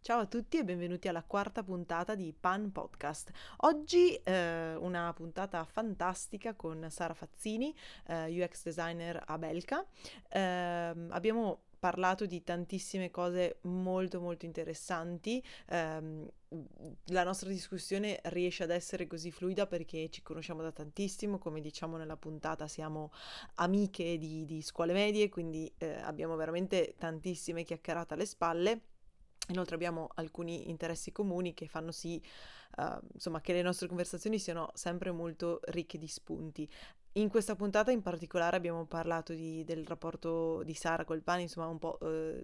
Ciao a tutti e benvenuti alla quarta puntata di Pan Podcast. Oggi una puntata fantastica con Sara Fazzini, UX designer a Belka. Abbiamo parlato di tantissime cose molto molto interessanti. La nostra discussione riesce ad essere così fluida perché ci conosciamo da tantissimo, come diciamo nella puntata siamo amiche di scuole medie, quindi abbiamo veramente tantissime chiacchierate alle spalle. Inoltre abbiamo alcuni interessi comuni che fanno sì, insomma, che le nostre conversazioni siano sempre molto ricche di spunti. In questa puntata in particolare abbiamo parlato del rapporto di Sara col pane, insomma un po'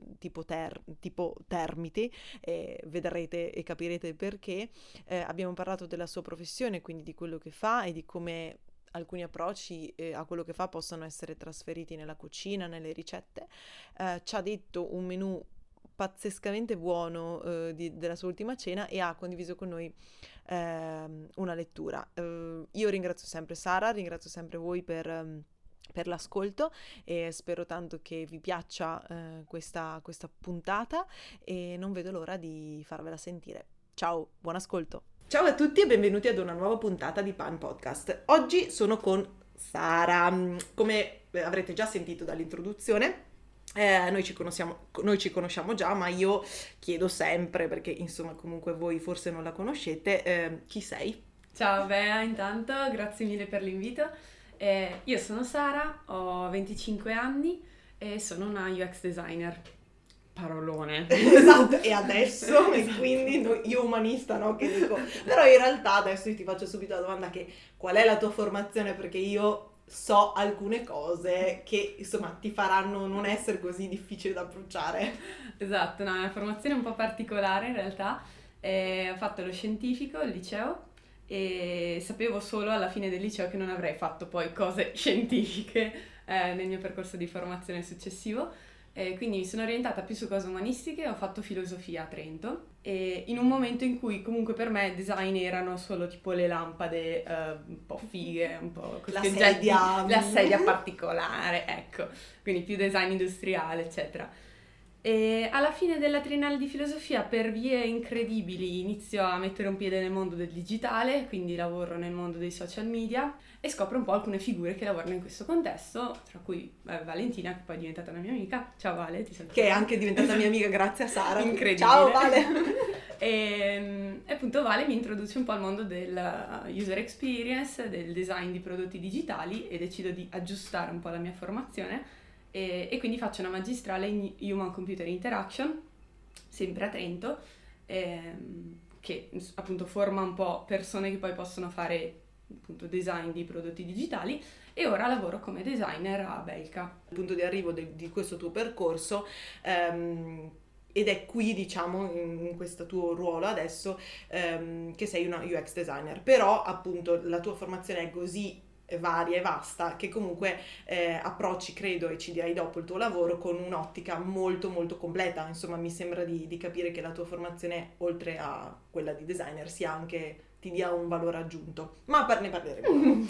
tipo Termiti, e vedrete e capirete perché. Abbiamo parlato della sua professione, quindi di quello che fa e di come alcuni approcci a quello che fa possano essere trasferiti nella cucina, nelle ricette. Ci ha detto un menù pazzescamente buono della sua ultima cena e ha condiviso con noi una lettura. Io ringrazio sempre Sara, ringrazio sempre voi per l'ascolto e spero tanto che vi piaccia questa puntata e non vedo l'ora di farvela sentire. Ciao, buon ascolto! Ciao a tutti e benvenuti ad una nuova puntata di Pan Podcast. Oggi sono con Sara. Come avrete già sentito dall'introduzione, noi ci conosciamo già, ma io chiedo sempre, perché insomma comunque voi forse non la conoscete, chi sei? Ciao Bea, intanto grazie mille per l'invito. Io sono Sara, ho 25 anni e sono una UX designer. Parolone. Esatto, e adesso, e quindi io umanista, no, che dico, però in realtà adesso io ti faccio subito la domanda che qual è la tua formazione, perché io so alcune cose che insomma ti faranno non essere così difficile da approcciare. Esatto, no, è una formazione un po' particolare in realtà. Ho fatto lo scientifico al liceo e sapevo solo alla fine del liceo che non avrei fatto poi cose scientifiche nel mio percorso di formazione successivo. Quindi mi sono orientata più su cose umanistiche e ho fatto filosofia a Trento. E in un momento in cui comunque per me design erano solo tipo le lampade un po' fighe, un po' questi oggetti, la sedia particolare, ecco, quindi più design industriale, eccetera. E alla fine della triennale di filosofia, per vie incredibili, inizio a mettere un piede nel mondo del digitale, quindi lavoro nel mondo dei social media e scopro un po' alcune figure che lavorano in questo contesto, tra cui Valentina, che poi è diventata una mia amica. Ciao Vale, ti saluto. Che è anche diventata mia amica grazie a Sara. Incredibile. Ciao Vale! E appunto Vale mi introduce un po' al mondo del user experience, del design di prodotti digitali e decido di aggiustare un po' la mia formazione e quindi faccio una magistrale in Human Computer Interaction, sempre a Trento, che appunto forma un po' persone che poi possono fare appunto design di prodotti digitali e ora lavoro come designer a Belka. Il punto di arrivo di questo tuo percorso ed è qui, diciamo, in questo tuo ruolo adesso che sei una UX designer, però appunto la tua formazione è così varia e vasta che comunque approcci, credo, e ci dirai dopo il tuo lavoro con un'ottica molto molto completa. Insomma, mi sembra di capire che la tua formazione, oltre a quella di designer, sia anche ti dia un valore aggiunto, ma ne parleremo.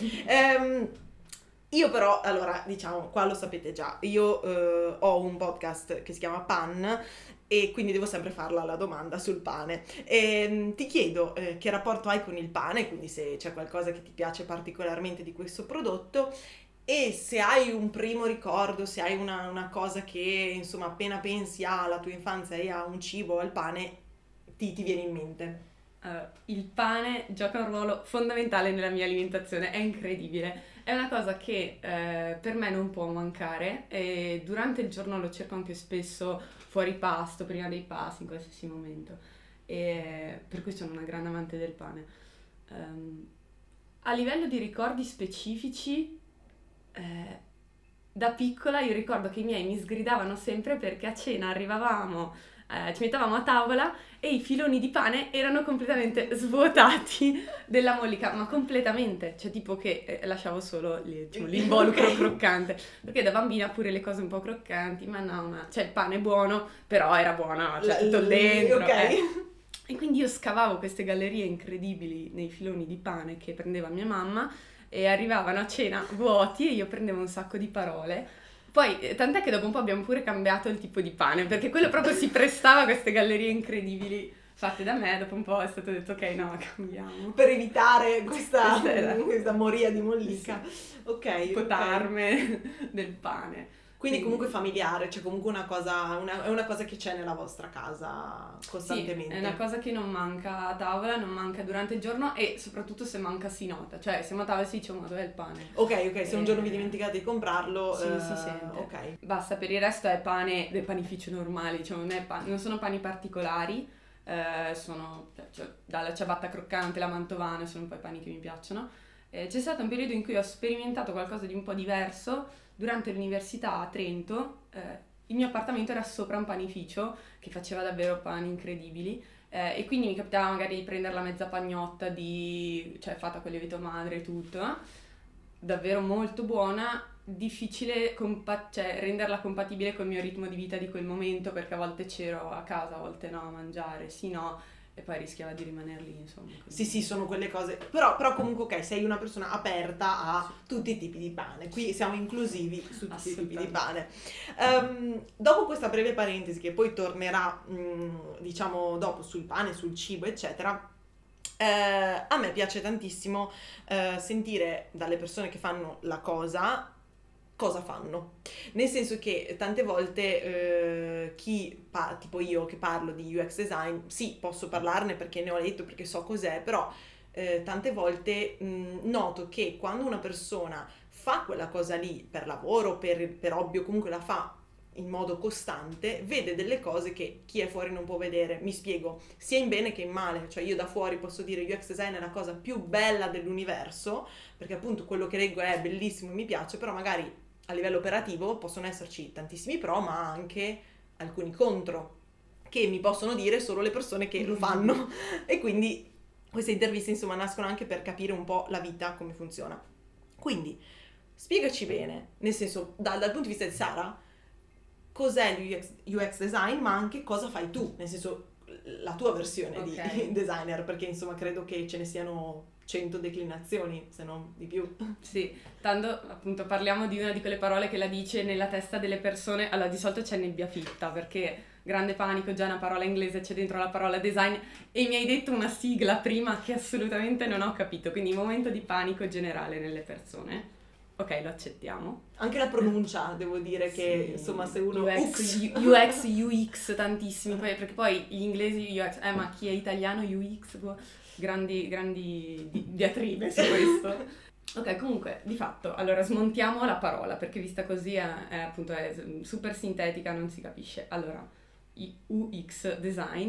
Io però, allora, diciamo, qua lo sapete già, io ho un podcast che si chiama Pan e quindi devo sempre farla la domanda sul pane. Ti chiedo che rapporto hai con il pane, quindi se c'è qualcosa che ti piace particolarmente di questo prodotto e se hai un primo ricordo, se hai una cosa che, insomma, appena pensi alla tua infanzia e a un cibo, al pane, ti viene in mente. Il pane gioca un ruolo fondamentale nella mia alimentazione, è incredibile. È una cosa che per me non può mancare e durante il giorno lo cerco anche spesso fuori pasto, prima dei pasti, in qualsiasi momento. E per cui sono una grande amante del pane. A livello di ricordi specifici, da piccola io ricordo che i miei mi sgridavano sempre perché a cena arrivavamo, ci mettevamo a tavola e i filoni di pane erano completamente svuotati della mollica, ma completamente, cioè tipo che lasciavo solo diciamo, l'involucro croccante, perché da bambina pure le cose un po' croccanti, ma no, cioè il pane è buono, però era buono, cioè tutto dentro. Ok. E quindi io scavavo queste gallerie incredibili nei filoni di pane che prendeva mia mamma e arrivavano a cena vuoti e io prendevo un sacco di parole Poi, tant'è che dopo un po' abbiamo pure cambiato il tipo di pane, perché quello proprio si prestava a queste gallerie incredibili fatte da me. Dopo un po' è stato detto, ok, no, cambiamo. Per evitare questa Questa moria di mollica. Sì. Ok, Potarme del pane. Quindi comunque familiare, cioè comunque è una cosa che c'è nella vostra casa costantemente. Sì, è una cosa che non manca a tavola, non manca durante il giorno e soprattutto se manca si nota. Cioè, siamo a tavola e si dice, ma dov'è il pane? Ok, se un giorno vi dimenticate di comprarlo... Sì, si sente. Ok. Basta, per il resto è pane del panificio normale, diciamo, non sono pani particolari, sono dalla ciabatta croccante, la mantovana, sono un po' i pani che mi piacciono. C'è stato un periodo in cui ho sperimentato qualcosa di un po' diverso. Durante l'università a Trento, il mio appartamento era sopra un panificio che faceva davvero pani incredibili, e quindi mi capitava magari di prendere la mezza pagnotta cioè fatta con lievito madre e tutto, davvero molto buona, difficile cioè, renderla compatibile col mio ritmo di vita di quel momento, perché a volte c'ero a casa, a volte no a mangiare, sì no, e poi rischiava di rimanere lì, insomma. Sì, sono quelle cose. Però comunque, ok, sei una persona aperta a tutti i tipi di pane. Qui siamo inclusivi su tutti i tipi di pane. Dopo questa breve parentesi, che poi tornerà, diciamo, dopo sul pane, sul cibo, eccetera, a me piace tantissimo sentire dalle persone che fanno la cosa fanno. Nel senso che tante volte tipo io che parlo di UX design, sì, posso parlarne perché ne ho letto, perché so cos'è, però tante volte noto che quando una persona fa quella cosa lì per lavoro, per hobby o comunque la fa in modo costante, vede delle cose che chi è fuori non può vedere. Mi spiego, sia in bene che in male. Cioè io da fuori posso dire UX design è la cosa più bella dell'universo, perché appunto quello che leggo è bellissimo e mi piace, però magari a livello operativo possono esserci tantissimi pro, ma anche alcuni contro, che mi possono dire solo le persone che lo fanno. E quindi queste interviste, insomma, nascono anche per capire un po' la vita, come funziona. Quindi, spiegaci bene, nel senso, dal punto di vista di Sara, cos'è l'UX design, ma anche cosa fai tu, nel senso, la tua versione di designer, perché insomma credo che ce ne siano 100 declinazioni, se non di più. Sì, tanto appunto parliamo di una di quelle parole che la dice nella testa delle persone. Allora, di solito c'è nebbia fitta, perché grande panico, già una parola inglese, c'è dentro la parola design e mi hai detto una sigla prima che assolutamente non ho capito, quindi momento di panico generale nelle persone. Ok, lo accettiamo. Anche la pronuncia, devo dire che insomma se uno... UX, UX tantissimi, perché poi gli inglesi UX, ma chi è italiano UX, grandi diatribe su questo. Ok, comunque, di fatto, allora smontiamo la parola, perché vista così è super sintetica, non si capisce. Allora, UX design,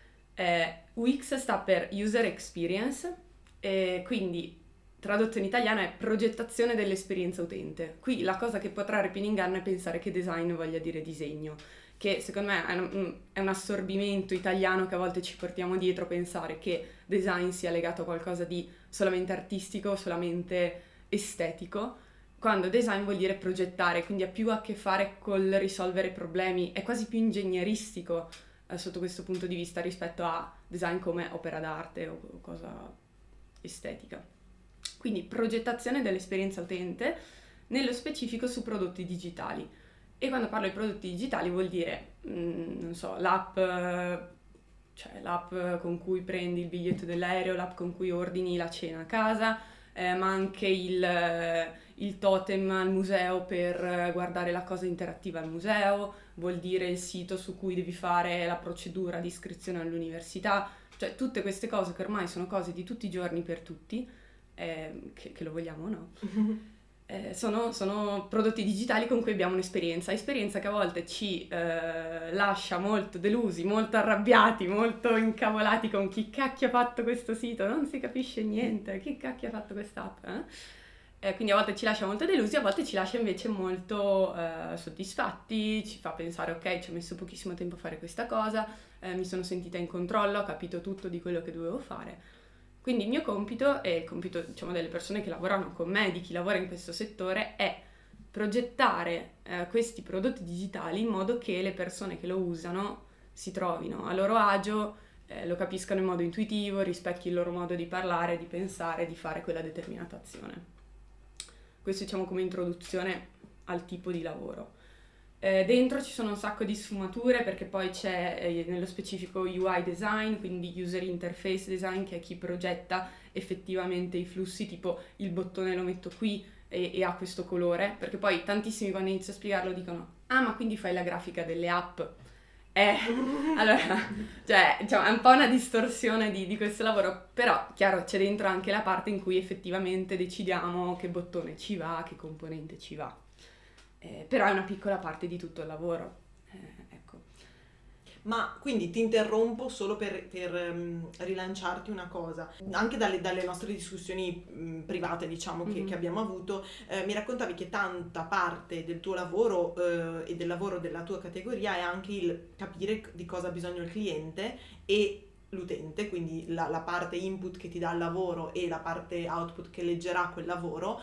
UX sta per User Experience, quindi tradotto in italiano è progettazione dell'esperienza utente. Qui la cosa che può trarre più in inganno è pensare che design voglia dire disegno, che secondo me è un assorbimento italiano che a volte ci portiamo dietro, pensare che design sia legato a qualcosa di solamente artistico, solamente estetico, quando design vuol dire progettare, quindi ha più a che fare col risolvere problemi, è quasi più ingegneristico sotto questo punto di vista rispetto a design come opera d'arte o cosa estetica. Quindi progettazione dell'esperienza utente, nello specifico su prodotti digitali. E quando parlo di prodotti digitali vuol dire, non so, l'app con cui prendi il biglietto dell'aereo, l'app con cui ordini la cena a casa, ma anche il totem al museo per guardare la cosa interattiva al museo, vuol dire il sito su cui devi fare la procedura di iscrizione all'università, cioè tutte queste cose che ormai sono cose di tutti i giorni per tutti, che lo vogliamo o no, sono prodotti digitali con cui abbiamo esperienza che a volte ci lascia molto delusi, molto arrabbiati, molto incavolati con chi cacchio ha fatto questo sito, non si capisce niente, chi cacchio ha fatto quest'app, quindi a volte ci lascia molto delusi, a volte ci lascia invece molto soddisfatti, ci fa pensare ok, ci ho messo pochissimo tempo a fare questa cosa, mi sono sentita in controllo, ho capito tutto di quello che dovevo fare. Quindi il mio compito e il compito, diciamo, delle persone che lavorano con me, di chi lavora in questo settore, è progettare questi prodotti digitali in modo che le persone che lo usano si trovino a loro agio, lo capiscano in modo intuitivo, rispecchi il loro modo di parlare, di pensare, di fare quella determinata azione. Questo diciamo come introduzione al tipo di lavoro. Dentro ci sono un sacco di sfumature perché poi c'è nello specifico UI design, quindi user interface design, che è chi progetta effettivamente i flussi, tipo il bottone lo metto qui e ha questo colore, perché poi tantissimi quando inizio a spiegarlo dicono ah ma quindi fai la grafica delle app? Allora, cioè, diciamo, è un po' una distorsione di questo lavoro, però chiaro c'è dentro anche la parte in cui effettivamente decidiamo che bottone ci va, che componente ci va. Però è una piccola parte di tutto il lavoro. Ecco. Ma quindi ti interrompo solo per rilanciarti una cosa. Anche dalle nostre discussioni private, diciamo, che abbiamo avuto, mi raccontavi che tanta parte del tuo lavoro e del lavoro della tua categoria è anche il capire di cosa ha bisogno il cliente e l'utente, quindi la parte input che ti dà il lavoro e la parte output che leggerà quel lavoro.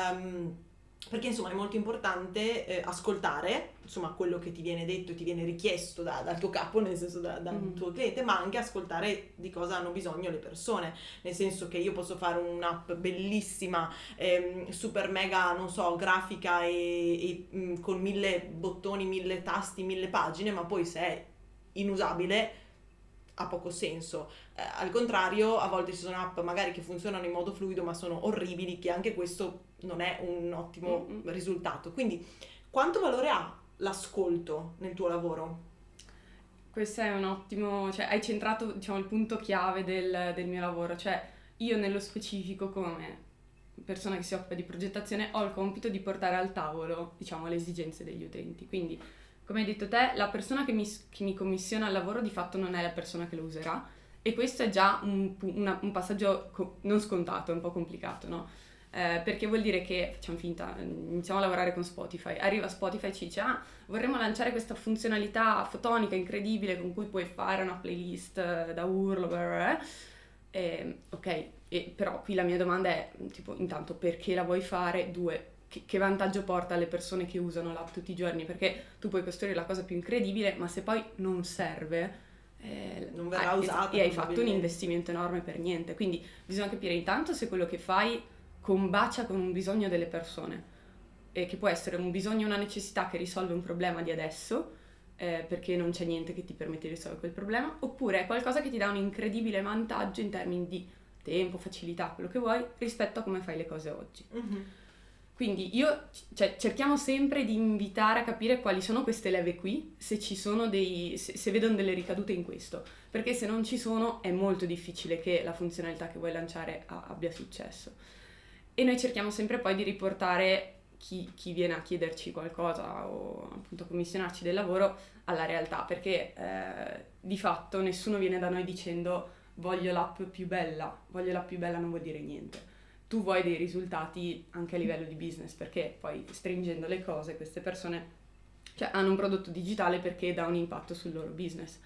Perché insomma è molto importante ascoltare insomma quello che ti viene detto e ti viene richiesto dal tuo capo, nel senso dal tuo cliente, ma anche ascoltare di cosa hanno bisogno le persone, nel senso che io posso fare un'app bellissima, super mega, non so, grafica e con 1000 bottoni, 1000 tasti, 1000 pagine, ma poi se è inusabile ha poco senso. Al contrario, a volte ci sono app magari che funzionano in modo fluido ma sono orribili, che anche questo non è un ottimo risultato. Quindi quanto valore ha l'ascolto nel tuo lavoro? Questo è un ottimo, cioè hai centrato, diciamo, il punto chiave del mio lavoro, cioè io nello specifico come persona che si occupa di progettazione ho il compito di portare al tavolo, diciamo, le esigenze degli utenti. Quindi, come hai detto te, la persona che mi commissiona il lavoro di fatto non è la persona che lo userà, e questo è già un passaggio non scontato, è un po' complicato, no? Perché vuol dire che, facciamo finta, iniziamo a lavorare con Spotify, arriva Spotify e ci dice vorremmo lanciare questa funzionalità fotonica incredibile con cui puoi fare una playlist da urlo, ok, però qui la mia domanda è tipo, intanto, perché la vuoi fare? Due, che vantaggio porta alle persone che usano l'app tutti i giorni? Perché tu puoi costruire la cosa più incredibile, ma se poi non serve, non verrà usata e hai fatto un investimento enorme per niente. Quindi bisogna capire intanto se quello che fai combacia con un bisogno delle persone, che può essere un bisogno, una necessità che risolve un problema di adesso, perché non c'è niente che ti permette di risolvere quel problema, oppure è qualcosa che ti dà un incredibile vantaggio in termini di tempo, facilità, quello che vuoi, rispetto a come fai le cose oggi. Quindi cerchiamo sempre di invitare a capire quali sono queste leve qui, se ci sono se vedono delle ricadute in questo, perché se non ci sono è molto difficile che la funzionalità che vuoi lanciare abbia successo. E noi cerchiamo sempre poi di riportare chi viene a chiederci qualcosa o appunto a commissionarci del lavoro alla realtà, perché di fatto nessuno viene da noi dicendo voglio l'app più bella non vuol dire niente. Tu vuoi dei risultati anche a livello di business, perché poi stringendo le cose queste persone hanno un prodotto digitale perché dà un impatto sul loro business.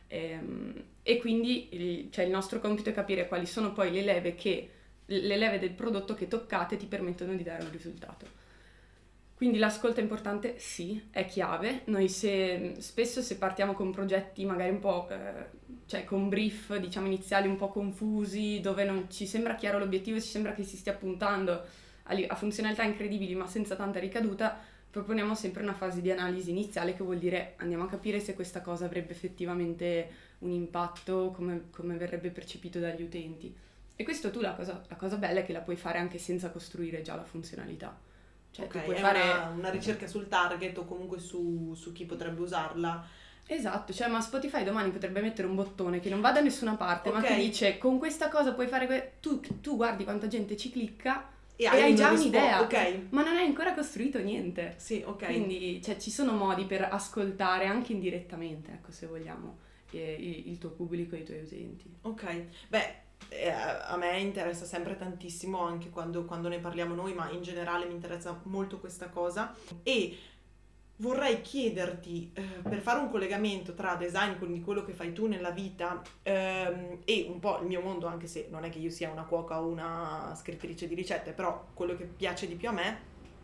E quindi il nostro compito è capire quali sono poi le leve del prodotto che toccate ti permettono di dare un risultato. Quindi l'ascolto è importante, sì, è chiave. Noi spesso se partiamo con progetti magari un po', con brief, diciamo, iniziali un po' confusi, dove non ci sembra chiaro l'obiettivo e ci sembra che si stia puntando a funzionalità incredibili ma senza tanta ricaduta, proponiamo sempre una fase di analisi iniziale, che vuol dire andiamo a capire se questa cosa avrebbe effettivamente un impatto, come verrebbe percepito dagli utenti. E questo tu la cosa bella è che la puoi fare anche senza costruire già la funzionalità. Cioè, ok, puoi è fare una ricerca sul target o comunque su chi potrebbe usarla. Esatto, cioè ma Spotify domani potrebbe mettere un bottone che non va da nessuna parte, ma che dice con questa cosa puoi fare tu guardi quanta gente ci clicca e hai già un'idea, ma non hai ancora costruito niente. Sì, ok. Quindi ci sono modi per ascoltare anche indirettamente, ecco, se vogliamo, il tuo pubblico e i tuoi utenti. Ok, beh, a me interessa sempre tantissimo anche quando ne parliamo noi, ma in generale mi interessa molto questa cosa, e vorrei chiederti, per fare un collegamento tra design, quindi quello che fai tu nella vita, e un po' il mio mondo, anche se non è che io sia una cuoca o una scrittrice di ricette, però quello che piace di più a me,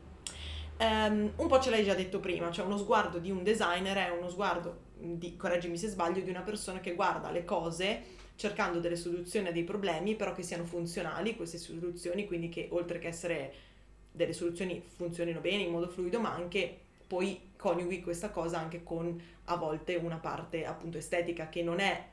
un po' ce l'hai già detto prima, cioè uno sguardo di un designer è uno sguardo, correggimi se sbaglio, di una persona che guarda le cose cercando delle soluzioni a dei problemi, però che siano funzionali queste soluzioni, quindi che oltre che essere delle soluzioni funzionino bene in modo fluido, ma anche poi coniughi questa cosa anche con a volte una parte appunto estetica che non è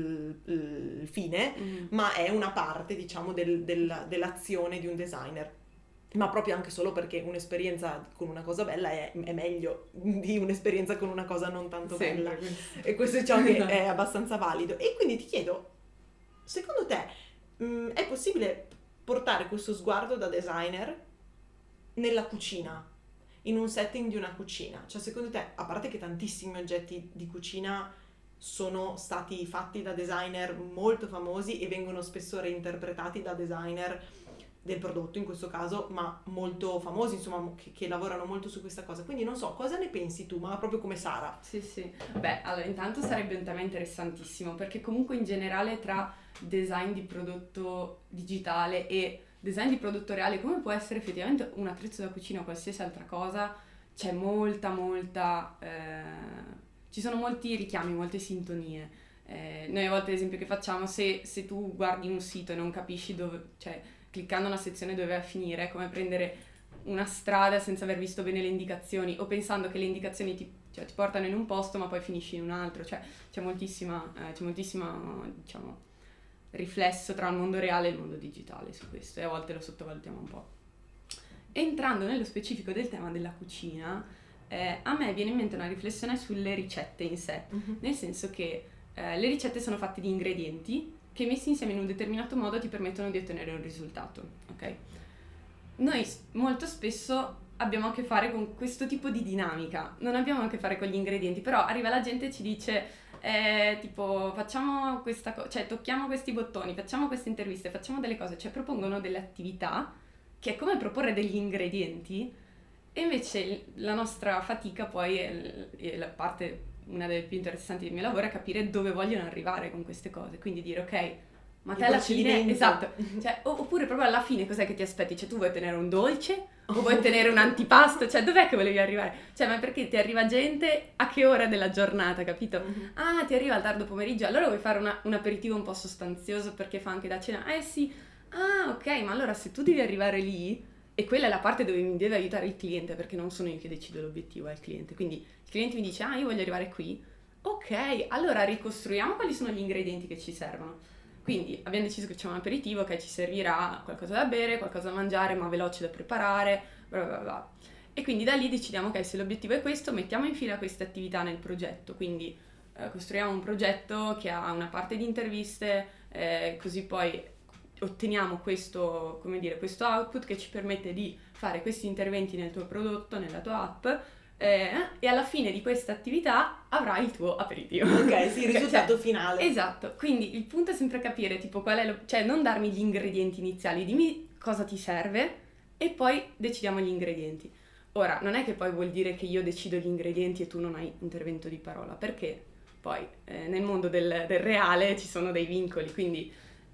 il fine, ma è una parte, diciamo, dell'azione di un designer. Ma proprio anche solo perché un'esperienza con una cosa bella è meglio di un'esperienza con una cosa non tanto bella. E questo diciamo che è abbastanza valido. E quindi ti chiedo, secondo te è possibile portare questo sguardo da designer nella cucina, in un setting di una cucina? Cioè, secondo te, a parte che tantissimi oggetti di cucina sono stati fatti da designer molto famosi e vengono spesso reinterpretati da designer del prodotto in questo caso, ma molto famosi, insomma, che lavorano molto su questa cosa. Quindi non so, cosa ne pensi tu, ma proprio come Sara? Sì. Beh, allora intanto sarebbe un tema interessantissimo, perché comunque in generale tra design di prodotto digitale e design di prodotto reale, come può essere effettivamente un attrezzo da cucina o qualsiasi altra cosa, c'è molta ci sono molti richiami, molte sintonie. Noi a volte l'esempio che facciamo, se tu guardi un sito e non capisci dove, cioè cliccando una sezione dove va a finire, è come prendere una strada senza aver visto bene le indicazioni, o pensando che le indicazioni ti portano in un posto ma poi finisci in un altro. Cioè c'è moltissimo diciamo riflesso tra il mondo reale e il mondo digitale su questo, e a volte lo sottovalutiamo un po'. Entrando nello specifico del tema della cucina, a me viene in mente una riflessione sulle ricette in sé, nel senso che le ricette sono fatte di ingredienti che messi insieme in un determinato modo ti permettono di ottenere un risultato, ok? Noi molto spesso abbiamo a che fare con questo tipo di dinamica, non abbiamo a che fare con gli ingredienti, però arriva la gente e ci dice tipo facciamo questa cosa, cioè tocchiamo questi bottoni, facciamo queste interviste, facciamo delle cose, cioè propongono delle attività che è come proporre degli ingredienti, e invece la nostra fatica poi è la parte, una delle più interessanti del mio lavoro, è capire dove vogliono arrivare con queste cose, quindi dire ok, ma te alla fine, esatto, cioè, oppure proprio alla fine cos'è che ti aspetti? Cioè tu vuoi ottenere un dolce o vuoi ottenere un antipasto? Cioè dov'è che volevi arrivare? Cioè ma perché ti arriva gente a che ora della giornata, capito? Ah, ti arriva al tardo pomeriggio, allora vuoi fare un aperitivo un po' sostanzioso perché fa anche da cena? Sì, ah ok, ma allora se tu devi arrivare lì, e quella è la parte dove mi deve aiutare il cliente, perché non sono io che decido l'obiettivo, è il cliente, quindi il cliente mi dice io voglio arrivare qui, ok, allora ricostruiamo quali sono gli ingredienti che ci servono. Quindi abbiamo deciso che c'è un aperitivo, che ci servirà qualcosa da bere, qualcosa da mangiare ma veloce da preparare, bla bla bla. E quindi da lì decidiamo che se l'obiettivo è questo, mettiamo in fila queste attività nel progetto, quindi costruiamo un progetto che ha una parte di interviste, così poi otteniamo questo, come dire, questo output che ci permette di fare questi interventi nel tuo prodotto, nella tua app, e alla fine di questa attività avrai il tuo aperitivo. Ok, sì, il risultato finale. Esatto, quindi il punto è sempre capire tipo qual è cioè non darmi gli ingredienti iniziali, dimmi cosa ti serve e poi decidiamo gli ingredienti. Ora, non è che poi vuol dire che io decido gli ingredienti e tu non hai intervento di parola, perché poi nel mondo del reale ci sono dei vincoli, quindi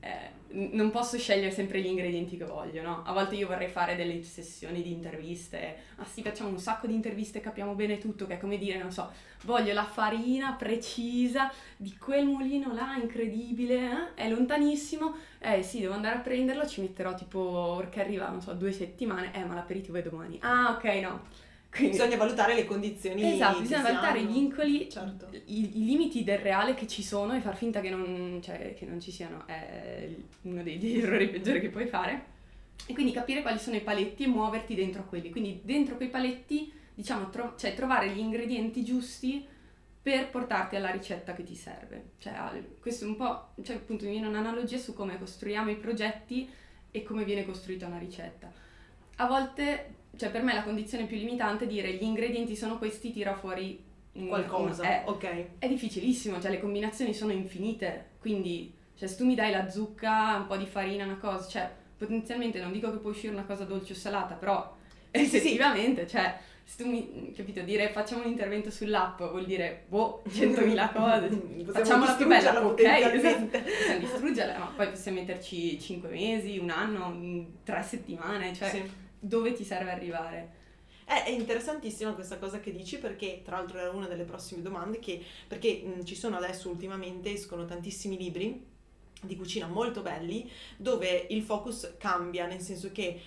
non posso scegliere sempre gli ingredienti che voglio, no? A volte io vorrei fare delle sessioni di interviste, sì, facciamo un sacco di interviste, capiamo bene tutto, che è come dire, non so, voglio la farina precisa di quel mulino là, incredibile, è lontanissimo, sì, devo andare a prenderlo, ci metterò tipo, perché arriva, non so, 2 settimane, ma l'aperitivo è domani, ah, ok, no. Quindi bisogna valutare le condizioni. Esatto, bisogna valutare i vincoli, certo. i limiti del reale che ci sono e far finta che non ci siano, è uno degli errori peggiori che puoi fare. E quindi capire quali sono i paletti e muoverti dentro a quelli. Quindi dentro quei paletti, diciamo, trovare gli ingredienti giusti per portarti alla ricetta che ti serve. Cioè, questo è un po', cioè appunto mi viene un'analogia su come costruiamo i progetti e come viene costruita una ricetta. A volte, cioè per me la condizione più limitante è dire gli ingredienti sono questi, tira fuori qualcosa, ok. È difficilissimo, cioè le combinazioni sono infinite, quindi cioè, se tu mi dai la zucca, un po' di farina, una cosa, cioè potenzialmente non dico che può uscire una cosa dolce o salata, però effettivamente, cioè se tu mi, capito, dire facciamo un intervento sull'app vuol dire 100.000 cose, facciamola più bella, ok, esatto. Possiamo distruggerla, ma poi possiamo metterci 5 mesi, un anno, 3 settimane, cioè dove ti serve arrivare? È interessantissima questa cosa che dici, perché tra l'altro era una delle prossime domande, perché ci sono adesso ultimamente, escono tantissimi libri di cucina molto belli, dove il focus cambia, nel senso che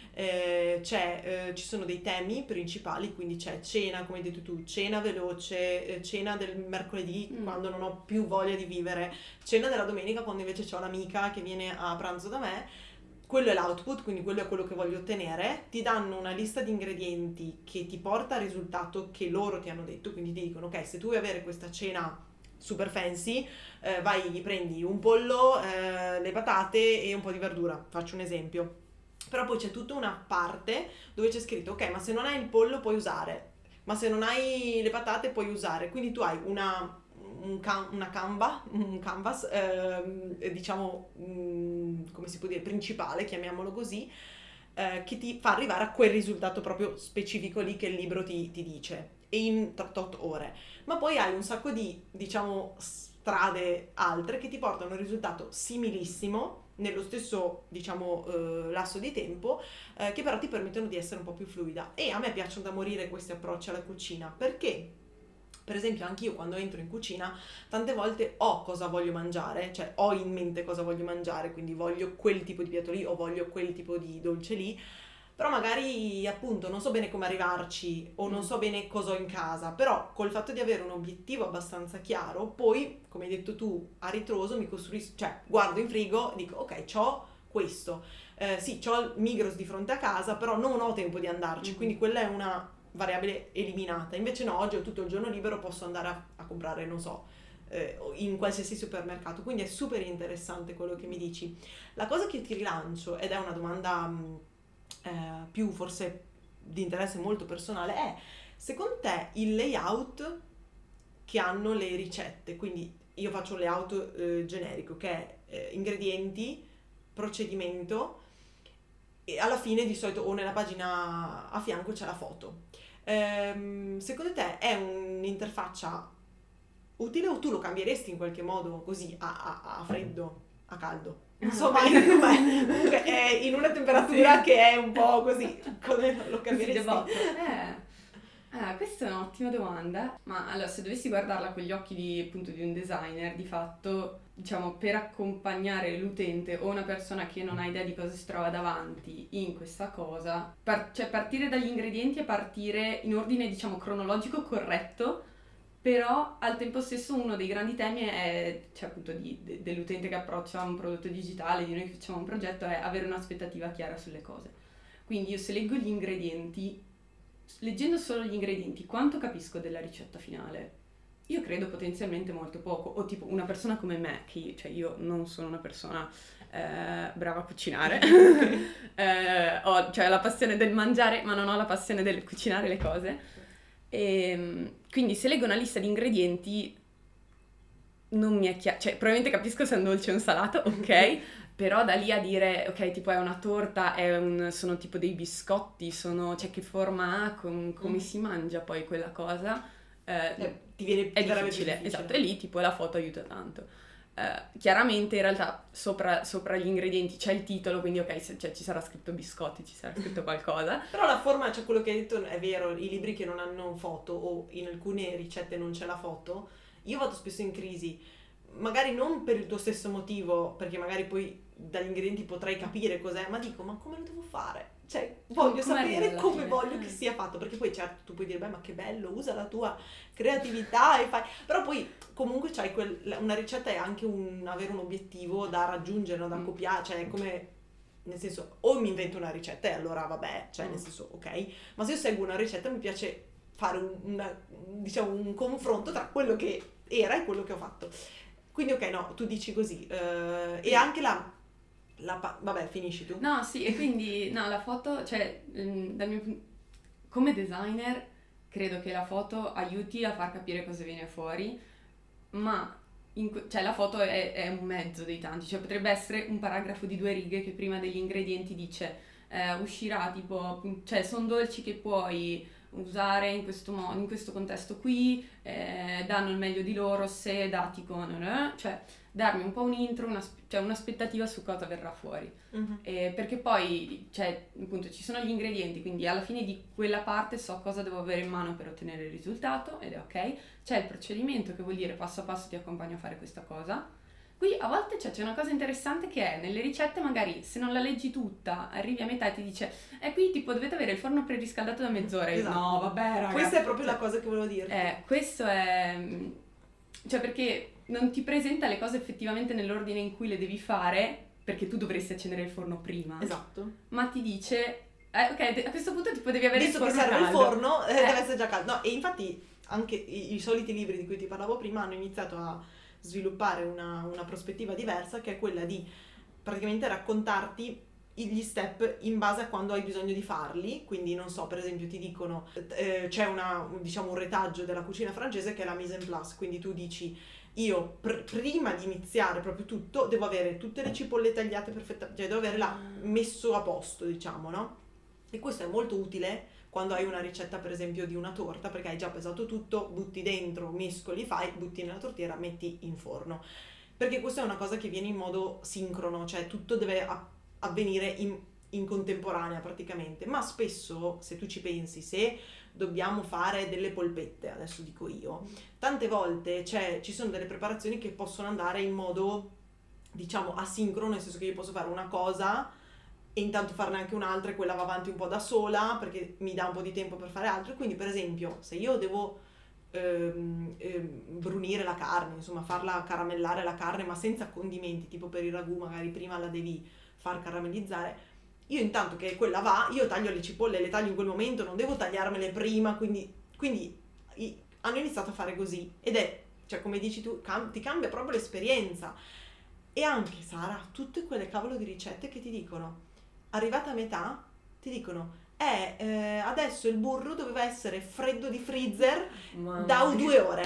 ci sono dei temi principali, quindi c'è cena, come hai detto tu, cena veloce, cena del mercoledì quando non ho più voglia di vivere, cena della domenica quando invece ho l'amica che viene a pranzo da me. Quello è l'output, quindi quello è quello che voglio ottenere. Ti danno una lista di ingredienti che ti porta al risultato che loro ti hanno detto, quindi ti dicono ok, se tu vuoi avere questa cena super fancy, vai, prendi un pollo, le patate e un po' di verdura, faccio un esempio. Però poi c'è tutta una parte dove c'è scritto ok, ma se non hai il pollo puoi usare, ma se non hai le patate puoi usare, quindi tu hai un canvas, diciamo, come si può dire, principale, chiamiamolo così, che ti fa arrivare a quel risultato proprio specifico lì che il libro ti dice, e in 38 ore. Ma poi hai un sacco di, diciamo, strade altre che ti portano a un risultato similissimo nello stesso, diciamo, lasso di tempo, che però ti permettono di essere un po' più fluida. E a me piacciono da morire questi approcci alla cucina, perché per esempio anch'io quando entro in cucina tante volte ho cosa voglio mangiare, cioè ho in mente cosa voglio mangiare, quindi voglio quel tipo di piatto lì o voglio quel tipo di dolce lì, però magari appunto non so bene come arrivarci o non so bene cosa ho in casa, però col fatto di avere un obiettivo abbastanza chiaro, poi come hai detto tu a ritroso mi costruisco, cioè guardo in frigo e dico ok, c'ho questo, sì, c'ho il Migros di fronte a casa, però non ho tempo di andarci, quindi quella è una variabile eliminata. Invece no, oggi ho tutto il giorno libero, posso andare a comprare, non so, in qualsiasi supermercato, quindi è super interessante quello che mi dici. La cosa che ti rilancio, ed è una domanda più forse di interesse molto personale, è secondo te il layout che hanno le ricette, quindi io faccio un layout generico che è ingredienti, procedimento e alla fine di solito o nella pagina a fianco c'è la foto. Secondo te è un'interfaccia utile o tu lo cambieresti in qualche modo così a freddo, a caldo? Insomma, com'è? Comunque è in una temperatura che è un po' così, come lo cambieresti? Questa è un'ottima domanda, ma allora se dovessi guardarla con gli occhi appunto di un designer, di fatto, diciamo, per accompagnare l'utente o una persona che non ha idea di cosa si trova davanti in questa cosa, cioè partire dagli ingredienti e partire in ordine, diciamo, cronologico corretto, però al tempo stesso uno dei grandi temi è, cioè appunto dell'utente che approccia un prodotto digitale, di noi che facciamo un progetto, è avere un'aspettativa chiara sulle cose. Quindi io se leggo gli ingredienti, leggendo solo gli ingredienti, quanto capisco della ricetta finale? Io credo potenzialmente molto poco, o tipo una persona come me, che cioè io non sono una persona brava a cucinare, ho cioè, la passione del mangiare, ma non ho la passione del cucinare le cose. E, quindi se leggo una lista di ingredienti non mi è chiaro, cioè probabilmente capisco se è un dolce o un salato, ok, però da lì a dire, ok, tipo è una torta, sono tipo dei biscotti, cioè che forma ha, come si mangia poi quella cosa, ti viene è veramente difficile, difficile. esatto, e lì tipo la foto aiuta tanto. Chiaramente in realtà sopra gli ingredienti c'è il titolo, quindi ok, cioè, ci sarà scritto biscotti, ci sarà scritto qualcosa. Però la forma, cioè quello che hai detto è vero, i libri che non hanno foto o in alcune ricette non c'è la foto, io vado spesso in crisi, magari non per il tuo stesso motivo, perché magari poi dagli ingredienti potrei capire cos'è, ma dico, ma come lo devo fare? Cioè, voglio sapere come voglio che sia fatto, perché poi certo tu puoi dire, beh, ma che bello, usa la tua creatività e fai... Però poi comunque c'hai una ricetta è anche avere un obiettivo da raggiungere, no? Da copiare, cioè è come... Nel senso, o mi invento una ricetta e allora vabbè, cioè nel senso, ok, ma se io seguo una ricetta mi piace fare diciamo, un confronto tra quello che era e quello che ho fatto. Quindi ok, no, tu dici così. E anche vabbè, finisci tu. No, sì, e quindi, no, la foto, cioè, come designer, credo che la foto aiuti a far capire cosa viene fuori, ma cioè, la foto è un mezzo dei tanti, cioè potrebbe essere un paragrafo di 2 righe che prima degli ingredienti dice uscirà tipo, cioè, sono dolci che puoi usare in questo modo, in questo contesto qui, danno il meglio di loro se dati con... cioè darmi un po' un intro, cioè un'aspettativa su cosa verrà fuori. Perché poi, cioè, appunto, ci sono gli ingredienti, quindi alla fine di quella parte so cosa devo avere in mano per ottenere il risultato, ed è ok. C'è il procedimento, che vuol dire passo a passo ti accompagno a fare questa cosa. Qui a volte c'è una cosa interessante che è, nelle ricette magari se non la leggi tutta, arrivi a metà e ti dice qui tipo dovete avere il forno preriscaldato da mezz'ora. Esatto. No, vabbè raga. Questa è proprio la cosa che volevo dire. Questo è... Cioè perché non ti presenta le cose effettivamente nell'ordine in cui le devi fare, perché tu dovresti accendere il forno prima. Esatto. Ma ti dice, ok, a questo punto tipo devi avere visto il forno che serve caldo. il forno, deve essere già caldo. No, e infatti anche i soliti libri di cui ti parlavo prima hanno iniziato a sviluppare una prospettiva diversa, che è quella di praticamente raccontarti gli step in base a quando hai bisogno di farli. Quindi non so, per esempio ti dicono c'è un retaggio della cucina francese che è la mise en place, quindi tu dici io prima di iniziare proprio tutto devo avere tutte le cipolle tagliate perfettamente, cioè devo averla messo a posto, diciamo, no? E questo è molto utile quando hai una ricetta, per esempio, di una torta, perché hai già pesato tutto, butti dentro, mescoli, fai, butti nella tortiera, metti in forno. Perché questa è una cosa che viene in modo sincrono, cioè tutto deve avvenire in contemporanea praticamente. Ma spesso, se tu ci pensi, se dobbiamo fare delle polpette, adesso dico io, tante volte ci sono delle preparazioni che possono andare in modo, diciamo, asincrono, nel senso che io posso fare una cosa e intanto farne anche un'altra e quella va avanti un po' da sola perché mi dà un po' di tempo per fare altro. Quindi per esempio se io devo brunire la carne, insomma farla caramellare la carne ma senza condimenti, tipo per il ragù magari prima la devi far caramellizzare, io intanto che quella va, io taglio le cipolle, le taglio in quel momento, non devo tagliarmele prima, quindi hanno iniziato a fare così ed è, cioè come dici tu, ti cambia proprio l'esperienza. E anche, Sara, tutte quelle cavolo di ricette che ti dicono, arrivata a metà, ti dicono adesso il burro doveva essere freddo di freezer da 2 ore,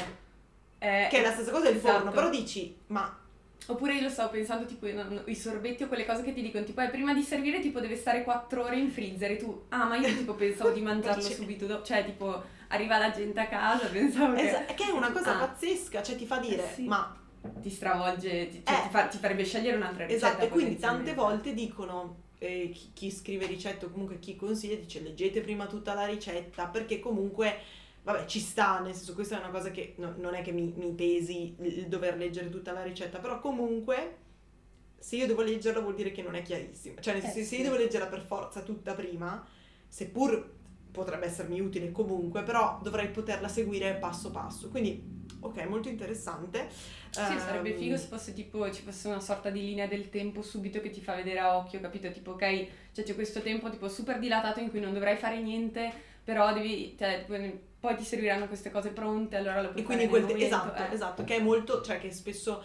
che è la stessa cosa del forno, però dici, ma... Oppure io lo stavo pensando tipo i sorbetti o quelle cose che ti dicono tipo prima di servire tipo deve stare 4 ore in freezer e tu, ma io tipo pensavo di mangiarlo subito dopo, cioè tipo arriva la gente a casa, pensavo che è una cosa pazzesca, cioè ti fa dire, sì. Ma... ti stravolge, ti farebbe scegliere un'altra ricetta. Esatto, e quindi tante volte dicono... chi scrive ricette o comunque chi consiglia dice leggete prima tutta la ricetta, perché comunque vabbè ci sta, nel senso questa è una cosa che non è che mi pesi il dover leggere tutta la ricetta, però comunque se io devo leggerla vuol dire che non è chiarissima, cioè nel senso se io devo leggerla per forza tutta prima, seppur potrebbe essermi utile comunque, però dovrei poterla seguire passo passo, quindi ok, molto interessante. Sì, sarebbe figo se fosse tipo, ci fosse una sorta di linea del tempo subito che ti fa vedere a occhio, capito? Tipo, ok, cioè c'è questo tempo tipo super dilatato in cui non dovrai fare niente, però devi, cioè, poi ti serviranno queste cose pronte, allora lo puoi fare nel momento. Esatto, che è molto, cioè che spesso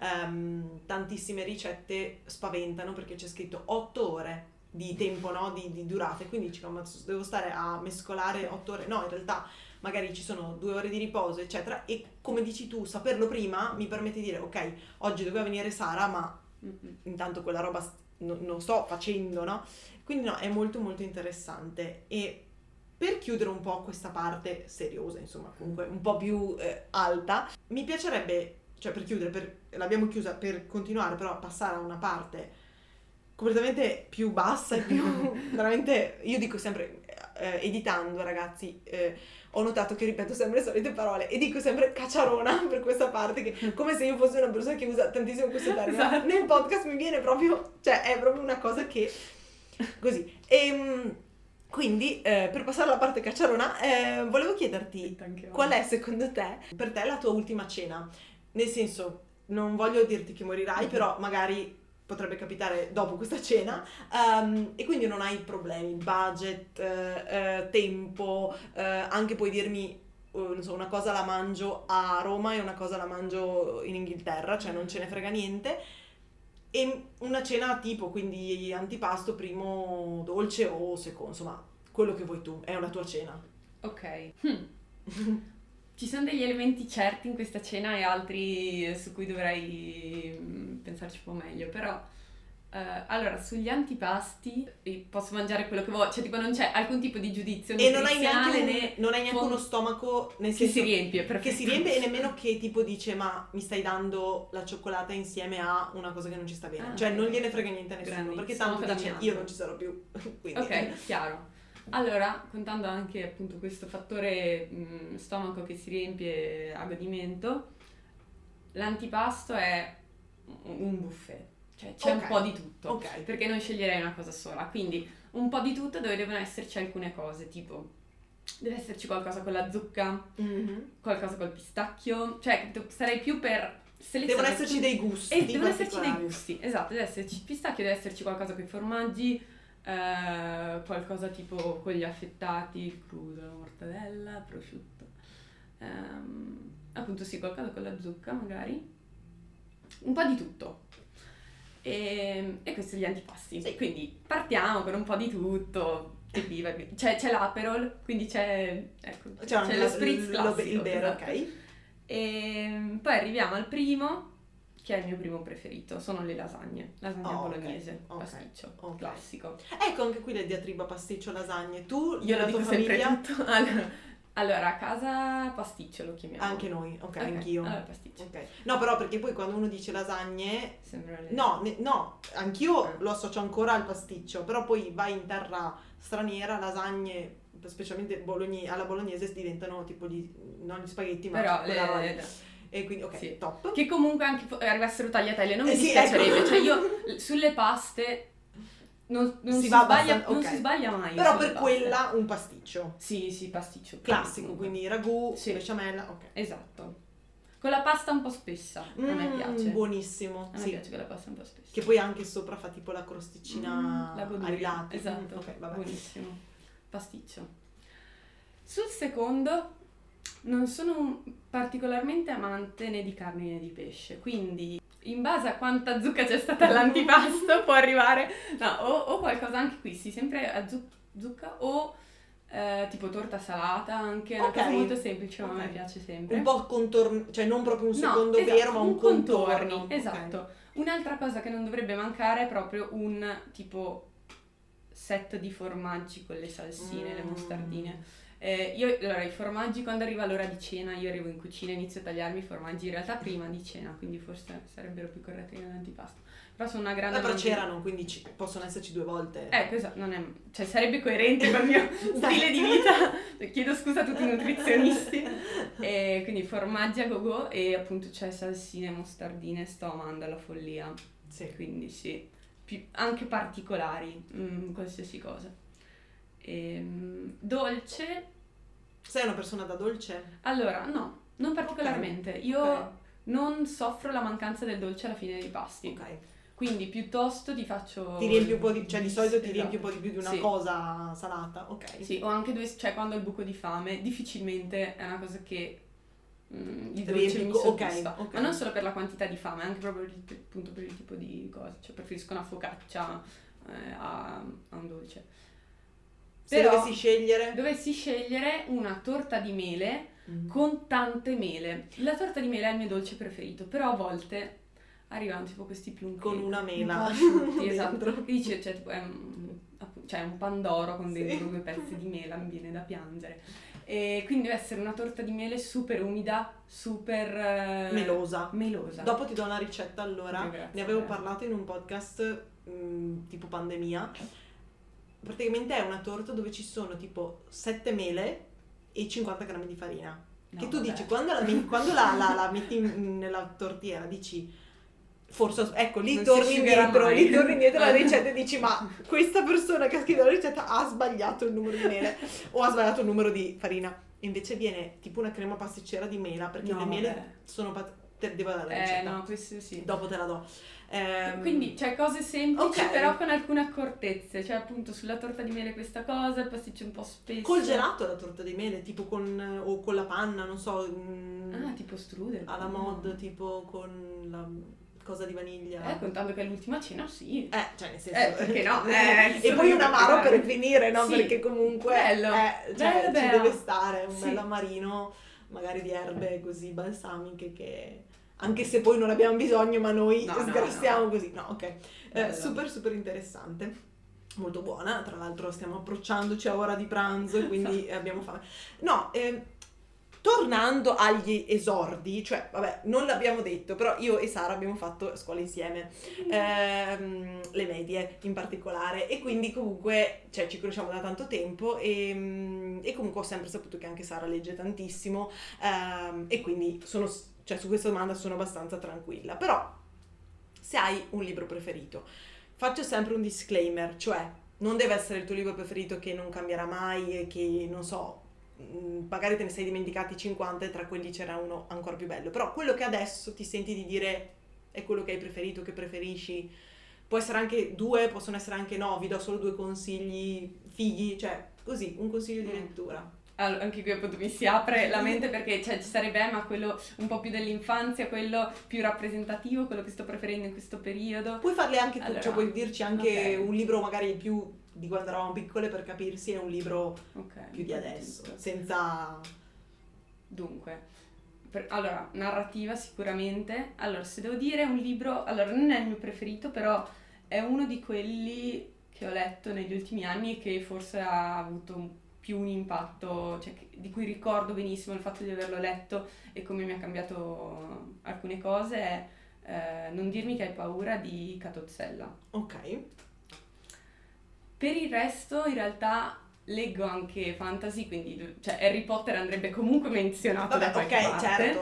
tantissime ricette spaventano perché c'è scritto 8 ore di tempo, no? Di durata, e quindi dici, ma devo stare a mescolare 8 ore, no, in realtà magari ci sono 2 ore di riposo eccetera, e come dici tu saperlo prima mi permette di dire ok, oggi doveva venire Sara ma intanto quella roba non sto facendo, no? Quindi no, è molto molto interessante. E per chiudere un po' questa parte seriosa, insomma comunque un po' più alta, mi piacerebbe, cioè per chiudere, l'abbiamo chiusa, per continuare però a passare a una parte completamente più bassa e più veramente, io dico sempre editando ragazzi, ho notato che ripeto sempre le solite parole e dico sempre cacciarona per questa parte, che come se io fossi una persona che usa tantissimo questo termine. Esatto. Nel podcast mi viene proprio, cioè è proprio una cosa che così. E quindi per passare alla parte cacciarona volevo chiederti qual è secondo te, per te, la tua ultima cena, nel senso non voglio dirti che morirai, però magari potrebbe capitare dopo questa cena, e quindi non hai problemi, budget, tempo, anche puoi dirmi, non so, una cosa la mangio a Roma e una cosa la mangio in Inghilterra, cioè non ce ne frega niente, e una cena tipo, quindi antipasto, primo dolce o secondo, insomma, quello che vuoi tu, è una tua cena. Ok. Ci sono degli elementi certi in questa cena e altri su cui dovrei pensarci un po' meglio, però allora sugli antipasti posso mangiare quello che voglio, cioè tipo non c'è alcun tipo di giudizio nutrizionale, non hai neanche uno stomaco nel senso che si riempie, perfetto. Che si riempie, e nemmeno che tipo dice ma mi stai dando la cioccolata insieme a una cosa che non ci sta bene, cioè non gliene frega niente a nessuno, perché tanto dice io non ci sarò più. Quindi. Ok, chiaro. Allora, contando anche appunto questo fattore stomaco che si riempie a godimento, l'antipasto è un buffet. Cioè c'è un po' di tutto, Ok. perché non sceglierei una cosa sola, quindi un po' di tutto dove devono esserci alcune cose, tipo deve esserci qualcosa con la zucca, Mhm. qualcosa col pistacchio, cioè capito? Sarei più per selezionare Devono esserci dei gusti devono esserci dei particolari. gusti, esatto, deve esserci pistacchio, deve esserci qualcosa con i formaggi, qualcosa tipo con gli affettati, il crudo, la mortadella, il prosciutto, appunto sì, qualcosa con la zucca magari, un po' di tutto. E questi sono gli antipasti. Sì. Quindi partiamo con un po' di tutto. Evviva, evviva. C'è l'Aperol, quindi c'è C'è lo spritz il classico. bere, esatto. ok. E poi arriviamo al primo, che è il mio primo preferito, sono le lasagne. Lasagna Oh, ok, bolognese, ok, pasticcio, ok. classico. Ecco anche qui la diatriba pasticcio lasagne. Tu, Io nella lo tua dico sempre famiglia? tutto. Allora, a casa pasticcio lo chiamiamo. Anche noi, ok, Ok, anch'io. allora pasticcio. Ok. No, però perché poi quando uno dice lasagne, Sembra le... no, anch'io Ah. lo associo ancora al pasticcio, però poi vai in terra straniera, lasagne, specialmente alla bolognese, diventano tipo non gli spaghetti, ma Però quella roba lì. E quindi, ok, sì. top. Che comunque anche arrivassero tagliatelle, non mi Sì, dispiacerebbe, ecco. cioè io sulle paste non Si si va sbaglia, abbastanza- non ok. si sbaglia mai. Però sulle per paste. quella un pasticcio. Sì, pasticcio. Classico, comunque. quindi ragù, Sì. besciamella, ok. Esatto. Con la pasta un po' spessa, a me piace. Buonissimo, A me sì. piace con la pasta un po' spessa. Che poi anche sopra fa tipo la crosticina la goduria. ai lati. Esatto, Ok, vabbè. buonissimo. Pasticcio. Sul secondo non sono particolarmente amante né di carne né di pesce, quindi in base a quanta zucca c'è stata all'antipasto può arrivare, no, o qualcosa anche qui, sì, sempre a zucca o tipo torta salata, anche una Ok, cosa molto semplice, ma a me ok. piace sempre. Un po' contorno, cioè non proprio un secondo esatto, vero, ma un contorni, contorno. esatto. Ok. Un'altra cosa che non dovrebbe mancare è proprio un tipo set di formaggi con le salsine, le mostardine. Allora, i formaggi quando arriva l'ora di cena, io arrivo in cucina e inizio a tagliarmi i formaggi in realtà prima di cena, quindi forse sarebbero più corretti nell'antipasto. Però sono una grande Però amante- c'erano, quindi possono esserci due volte. esatto, non è, cioè sarebbe coerente con il mio stile di vita. Chiedo scusa a tutti i nutrizionisti. E quindi formaggi a go-go e appunto c'è salsine, mostardine, sto amando alla follia. Sì. Quindi sì, anche particolari, qualsiasi cosa. Dolce, Sei una persona da dolce? allora no, non particolarmente. Io ok. non soffro la mancanza del dolce alla fine dei pasti. Ok. Quindi piuttosto ti faccio... Ti riempi un po' di, cioè di solito ti Esatto. riempi un po' di più di una Sì. cosa salata, ok. Sì, o anche cioè quando ho il buco di fame, difficilmente è una cosa che il dolce Riempi mi ok, soddisfa. ok. Ma non solo per la quantità di fame, anche proprio appunto per il tipo di cose. Cioè preferisco una focaccia a un dolce. Se Però dovessi scegliere scegliere una torta di mele con tante mele. La torta di mele è il mio dolce preferito, però a volte arrivano tipo questi plum con cake una mela un po' asciutti, esatto. dentro. Che dice, cioè, tipo, è un pandoro con dentro Sì. 2 pezzi di mela, mi viene da piangere. E quindi deve essere una torta di mele super umida, super Melosa. melosa. Dopo ti do una ricetta allora. Grazie. Ne avevo parlato in un podcast tipo pandemia. Praticamente è una torta dove ci sono tipo 7 mele e 50 grammi di farina. No, Che tu vabbè. dici, quando la metti nella tortiera, dici, forse, ecco, lì Non si torni asciugherà indietro, mai. alla ricetta e dici, ma questa persona che ha scritto la ricetta ha sbagliato il numero di mele o ha sbagliato il numero di farina. Invece viene tipo una crema pasticcera di mela, perché No, le mele vabbè. sono devo dare la ricetta. No, questo sì. Dopo te la do. Quindi cioè cose semplici ok. però con alcune accortezze, cioè appunto sulla torta di mele questa cosa, il pasticcio un po' spesso. Col gelato la torta di mele, tipo o con la panna, non so, Tipo strudel. alla mod, tipo con la cosa di vaniglia. Contando che è l'ultima cena, sì. Cioè nel senso, Perché no? e solo poi un io amaro per particolare. finire, no? Sì. Perché comunque Bello. cioè, Bello, ci bello. deve stare un Sì. bel amarino, magari di erbe così balsamiche che anche se poi non abbiamo bisogno, ma noi No, sgrassiamo no. così. No, ok. Bello. Super super interessante. Molto buona, tra l'altro stiamo approcciandoci a ora di pranzo e quindi abbiamo fame. No, tornando agli esordi, cioè vabbè, non l'abbiamo detto, però io e Sara abbiamo fatto scuola insieme, le medie in particolare, e quindi comunque cioè, ci conosciamo da tanto tempo e comunque ho sempre saputo che anche Sara legge tantissimo, e quindi cioè, su questa domanda sono abbastanza tranquilla, però se hai un libro preferito. Faccio sempre un disclaimer, cioè non deve essere il tuo libro preferito che non cambierà mai e che, non so, magari te ne sei dimenticati 50 e tra quelli c'era uno ancora più bello, però quello che adesso ti senti di dire è quello che hai preferito, che preferisci, può essere anche 2, possono essere anche no, vi do solo 2 consigli fighi, cioè così, un consiglio di lettura. Allora, anche qui appunto mi si apre la mente perché cioè, ci sarebbe ma quello un po' più dell'infanzia, quello più rappresentativo, quello che sto preferendo in questo periodo. Puoi farle anche tu, Allora, cioè puoi dirci anche ok. un libro magari più di quando eravamo piccole per capirsi e un libro Ok, più di adesso, giusto. senza... Dunque, allora, narrativa sicuramente. Allora, se devo dire un libro, allora non è il mio preferito, però è uno di quelli che ho letto negli ultimi anni e che forse ha avuto più un impatto, cioè di cui ricordo benissimo il fatto di averlo letto e come mi ha cambiato alcune cose, è Non dirmi che hai paura di Catozzella. Ok. Per il resto, in realtà, leggo anche fantasy, quindi cioè, Harry Potter andrebbe comunque menzionato da Vabbè, qualche ok, parte. certo.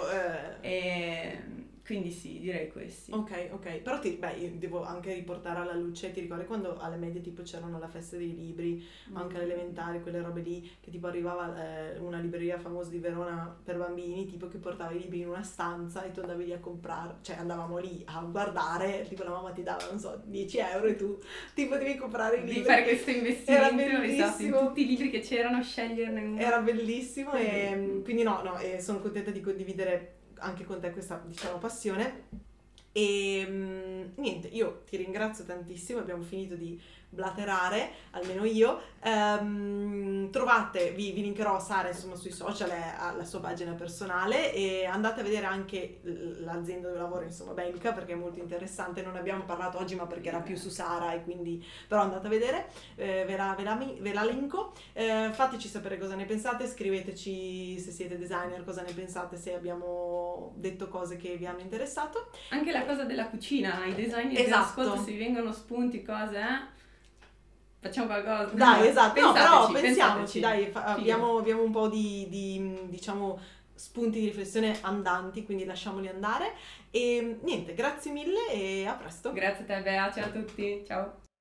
E quindi sì, direi questi. Ok, però io devo anche riportare alla luce, ti ricordi quando alle medie tipo c'erano la festa dei libri, anche alle elementari, quelle robe lì, che tipo arrivava una libreria famosa di Verona per bambini, tipo che portava i libri in una stanza e tu andavi lì a comprare, cioè andavamo lì a guardare, tipo la mamma ti dava, non so, 10 euro e tu ti potevi comprare i libri. Di fare questo Era investimento, esatto, in bellissimo. tutti i libri che c'erano, sceglierne uno. Era bellissimo e quindi no, e sono contenta di condividere anche con te questa, diciamo, passione. E niente, io ti ringrazio tantissimo, abbiamo finito di blaterare, almeno io. Trovate, vi linkerò a Sara insomma sui social, ha la sua pagina personale e andate a vedere anche l'azienda dove lavoro, insomma Belka, perché è molto interessante. Non abbiamo parlato oggi ma perché era più su Sara e quindi però andate a vedere, ve la linko. Fateci sapere cosa ne pensate, scriveteci se siete designer cosa ne pensate, se abbiamo detto cose che vi hanno interessato. Anche la cosa della cucina, i designer che Esatto. ascolto, se vi vengono spunti, cose, facciamo qualcosa. Dai, esatto, no, però pensateci. pensiamoci, dai, abbiamo un po' di, diciamo, spunti di riflessione andanti, quindi lasciamoli andare. E niente, grazie mille e a presto. Grazie a te Bea, ciao a tutti, ciao.